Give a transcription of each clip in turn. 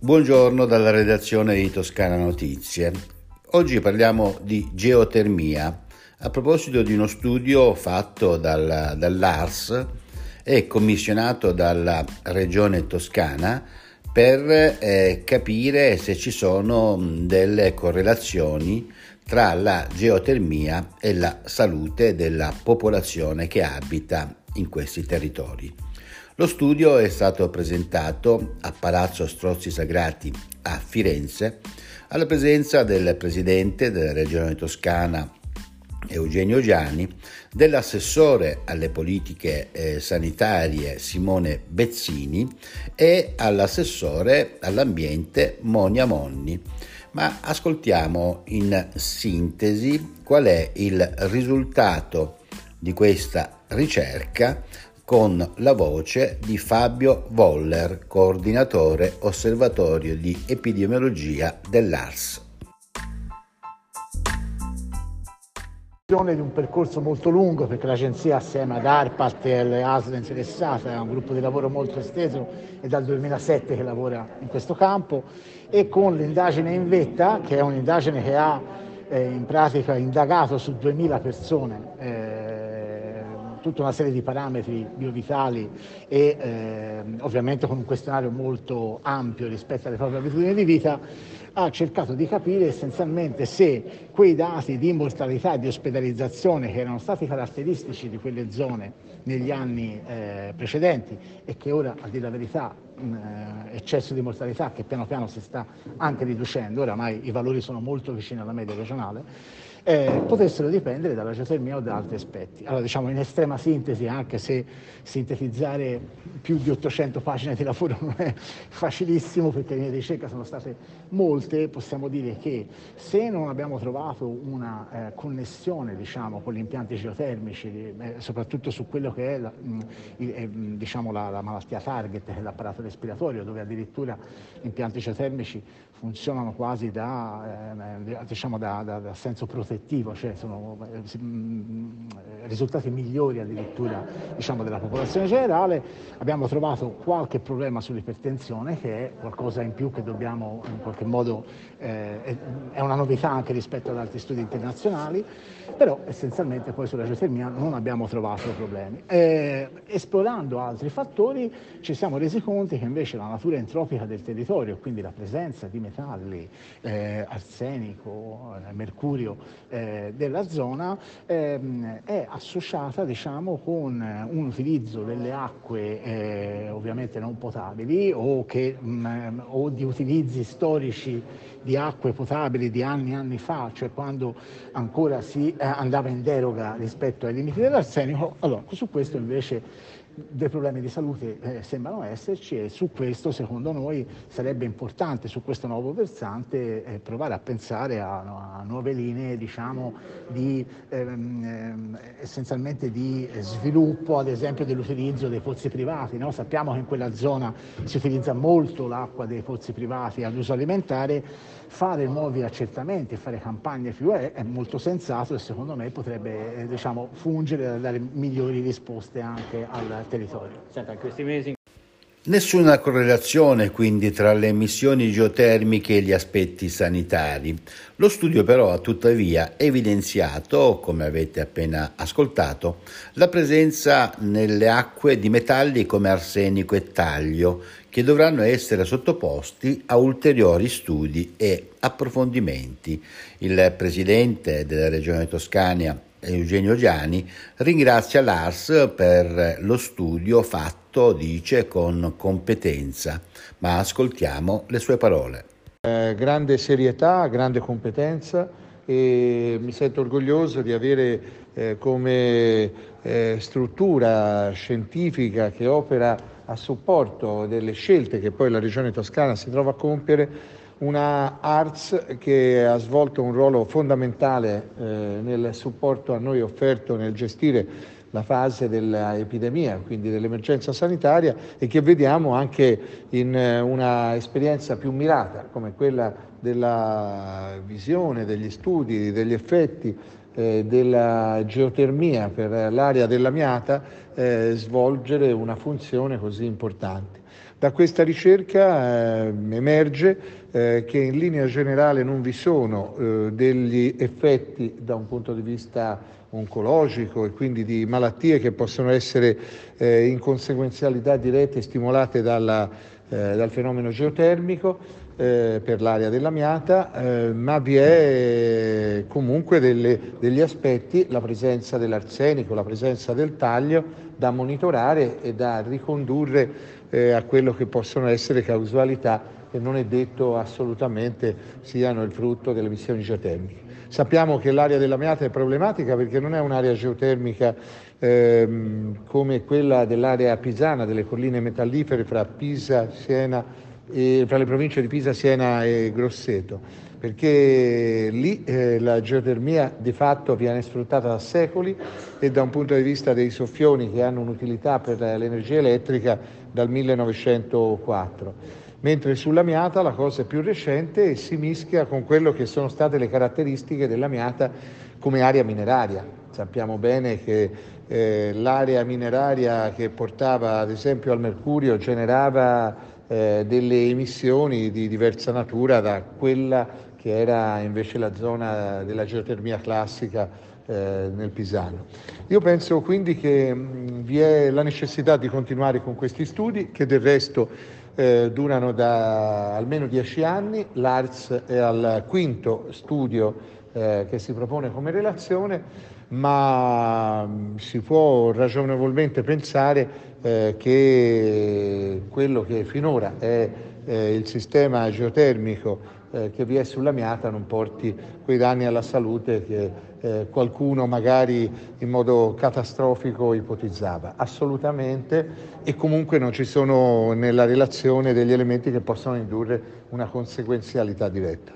Buongiorno dalla redazione di Toscana Notizie. Oggi parliamo di geotermia a proposito di uno studio fatto dall'ARS e commissionato dalla Regione Toscana per capire se ci sono delle correlazioni tra la geotermia e la salute della popolazione che abita in questi territori. Lo studio è stato presentato a Palazzo Strozzi Sagrati a Firenze alla presenza del presidente della Regione Toscana Eugenio Giani, dell'assessore alle politiche sanitarie Simone Bezzini e all'assessore all'ambiente Monia Monni. Ma ascoltiamo in sintesi qual è il risultato di questa ricerca con la voce di Fabio Voller, coordinatore osservatorio di epidemiologia dell'ARS. Di un percorso molto lungo, perché l'agenzia assieme ad ARPAT e alle ASL interessate è un gruppo di lavoro molto esteso, è dal 2007 che lavora in questo campo, e con l'indagine in vetta, che è un'indagine che ha in pratica indagato su 2000 persone tutta una serie di parametri biovitali e ovviamente con un questionario molto ampio rispetto alle proprie abitudini di vita, ha cercato di capire essenzialmente se quei dati di mortalità e di ospedalizzazione che erano stati caratteristici di quelle zone negli anni precedenti e che ora, a dire la verità, eccesso di mortalità che piano piano si sta anche riducendo, oramai i valori sono molto vicini alla media regionale, potessero dipendere dalla geotermia o da altri aspetti. Allora, diciamo in estrema sintesi, anche se sintetizzare più di 800 pagine di lavoro non è facilissimo perché le linee di ricerca sono state molte, possiamo dire che se non abbiamo trovato una connessione, diciamo, con gli impianti geotermici, soprattutto su quello che è la malattia target, che è l'apparato respiratorio, dove addirittura gli impianti geotermici funzionano quasi da senso protettivo, cioè sono risultati migliori addirittura, diciamo, della popolazione generale. Abbiamo trovato qualche problema sull'ipertensione, che è qualcosa in più che dobbiamo in qualche modo, è una novità anche rispetto ad altri studi internazionali, però essenzialmente poi sulla geotermia non abbiamo trovato problemi. Esplorando altri fattori ci siamo resi conto che invece la natura entropica del territorio, quindi la presenza di metalli, arsenico, mercurio della zona, è associata, diciamo, con un utilizzo delle acque ovviamente non potabili o di utilizzi storici di acque potabili di anni e anni fa, cioè quando ancora si andava in deroga rispetto ai limiti dell'arsenico. Allora, su questo invece dei problemi di salute sembrano esserci, e su questo secondo noi sarebbe importante, su questo nuovo versante, provare a pensare a nuove linee, diciamo, essenzialmente di sviluppo, ad esempio dell'utilizzo dei pozzi privati, no? Sappiamo che in quella zona si utilizza molto l'acqua dei pozzi privati ad uso alimentare. Fare nuovi accertamenti, fare campagne più è molto sensato, e secondo me potrebbe diciamo fungere a dare migliori risposte anche al territorio. Senta, in questi mesi... Nessuna correlazione quindi tra le emissioni geotermiche e gli aspetti sanitari. Lo studio però ha tuttavia evidenziato, come avete appena ascoltato, la presenza nelle acque di metalli come arsenico e taglio, che dovranno essere sottoposti a ulteriori studi e approfondimenti. Il presidente della Regione Toscana, Eugenio Giani, ringrazia l'ARS per lo studio fatto, dice, con competenza, ma ascoltiamo le sue parole. Grande serietà, grande competenza, e mi sento orgoglioso di avere come struttura scientifica che opera a supporto delle scelte che poi la Regione Toscana si trova a compiere una ARS che ha svolto un ruolo fondamentale nel supporto a noi offerto nel gestire la fase dell'epidemia, quindi dell'emergenza sanitaria, e che vediamo anche in una esperienza più mirata come quella della visione, degli studi, degli effetti della geotermia per l'area della Miata, svolgere una funzione così importante. Da questa ricerca emerge che in linea generale non vi sono degli effetti da un punto di vista oncologico e quindi di malattie che possono essere in conseguenzialità dirette stimolate dal fenomeno geotermico per l'area dell'Amiata, ma vi è comunque degli aspetti, la presenza dell'arsenico, la presenza del taglio, da monitorare e da ricondurre a quello che possono essere causalità che non è detto assolutamente siano il frutto delle emissioni geotermiche. Sappiamo che l'area dell'Amiata è problematica perché non è un'area geotermica come quella dell'area pisana, delle colline metallifere fra Pisa, Siena, fra le province di Pisa, Siena e Grosseto, perché lì la geotermia di fatto viene sfruttata da secoli e da un punto di vista dei soffioni che hanno un'utilità per l'energia elettrica dal 1904. Mentre sull'Amiata la cosa è più recente e si mischia con quello che sono state le caratteristiche dell'Amiata come area mineraria. Sappiamo bene che l'area mineraria che portava ad esempio al mercurio generava delle emissioni di diversa natura da quella che era invece la zona della geotermia classica nel Pisano. Io penso quindi che vi è la necessità di continuare con questi studi che del resto durano da almeno 10 anni, l'ARS è al quinto studio che si propone come relazione, ma si può ragionevolmente pensare che quello che finora è il sistema geotermico che vi è sull'Amiata non porti quei danni alla salute che qualcuno magari in modo catastrofico ipotizzava. Assolutamente, e comunque non ci sono nella relazione degli elementi che possono indurre una conseguenzialità diretta.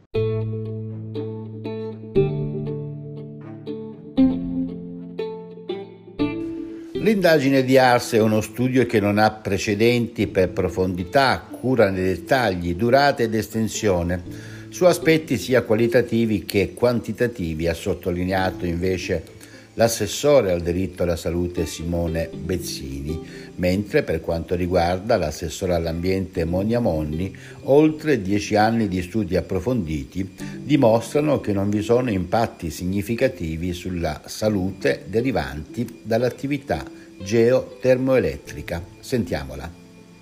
L'indagine di ARS è uno studio che non ha precedenti per profondità, cura nei dettagli, durata ed estensione, su aspetti sia qualitativi che quantitativi, ha sottolineato invece l'assessore al diritto alla salute Simone Bezzini, mentre per quanto riguarda l'assessore all'ambiente Monia Monni, oltre 10 anni di studi approfonditi dimostrano che non vi sono impatti significativi sulla salute derivanti dall'attività geotermoelettrica. Sentiamola.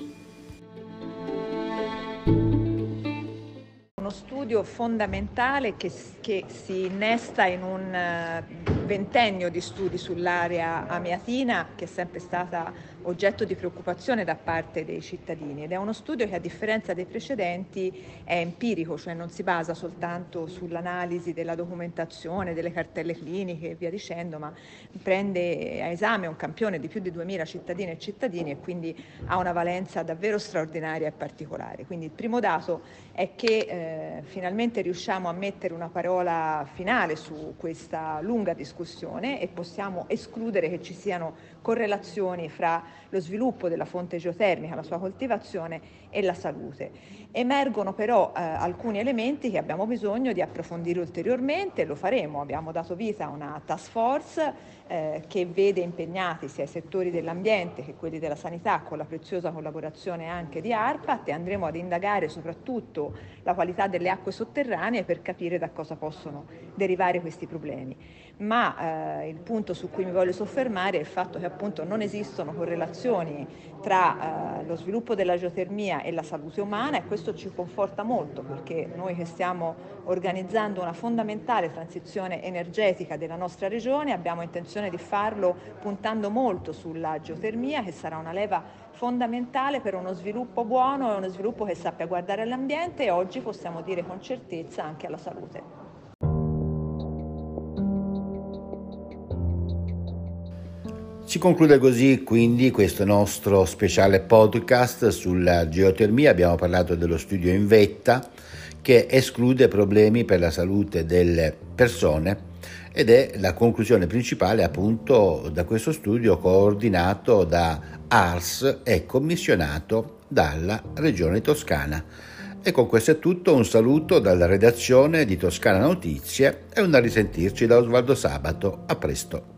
Uno studio fondamentale che si innesta in un ventennio di studi sull'area amiatina, che è sempre stata oggetto di preoccupazione da parte dei cittadini, ed è uno studio che, a differenza dei precedenti, è empirico, cioè non si basa soltanto sull'analisi della documentazione, delle cartelle cliniche e via dicendo, ma prende a esame un campione di più di 2000 cittadine e cittadini e quindi ha una valenza davvero straordinaria e particolare. Quindi il primo dato è che finalmente riusciamo a mettere una parola finale su questa lunga discussione e possiamo escludere che ci siano correlazioni fra lo sviluppo della fonte geotermica, la sua coltivazione e la salute. Emergono però alcuni elementi che abbiamo bisogno di approfondire ulteriormente, lo faremo. Abbiamo dato vita a una task force che vede impegnati sia i settori dell'ambiente che quelli della sanità, con la preziosa collaborazione anche di ARPAT, e andremo ad indagare soprattutto la qualità delle acque sotterranee per capire da cosa possono derivare questi problemi. Ma il punto su cui mi voglio soffermare è il fatto che appunto non esistono correlazioni tra lo sviluppo della geotermia e la salute umana, e questo ci conforta molto, perché noi che stiamo organizzando una fondamentale transizione energetica della nostra regione abbiamo intenzione di farlo puntando molto sulla geotermia, che sarà una leva fondamentale per uno sviluppo buono e uno sviluppo che sappia guardare all'ambiente e oggi possiamo dire con certezza anche alla salute. Si conclude così quindi questo nostro speciale podcast sulla geotermia. Abbiamo parlato dello studio Invetta, che esclude problemi per la salute delle persone, ed è la conclusione principale appunto da questo studio coordinato da ARS e commissionato dalla Regione Toscana. E con questo è tutto, un saluto dalla redazione di Toscana Notizie e un a risentirci da Osvaldo Sabato. A presto.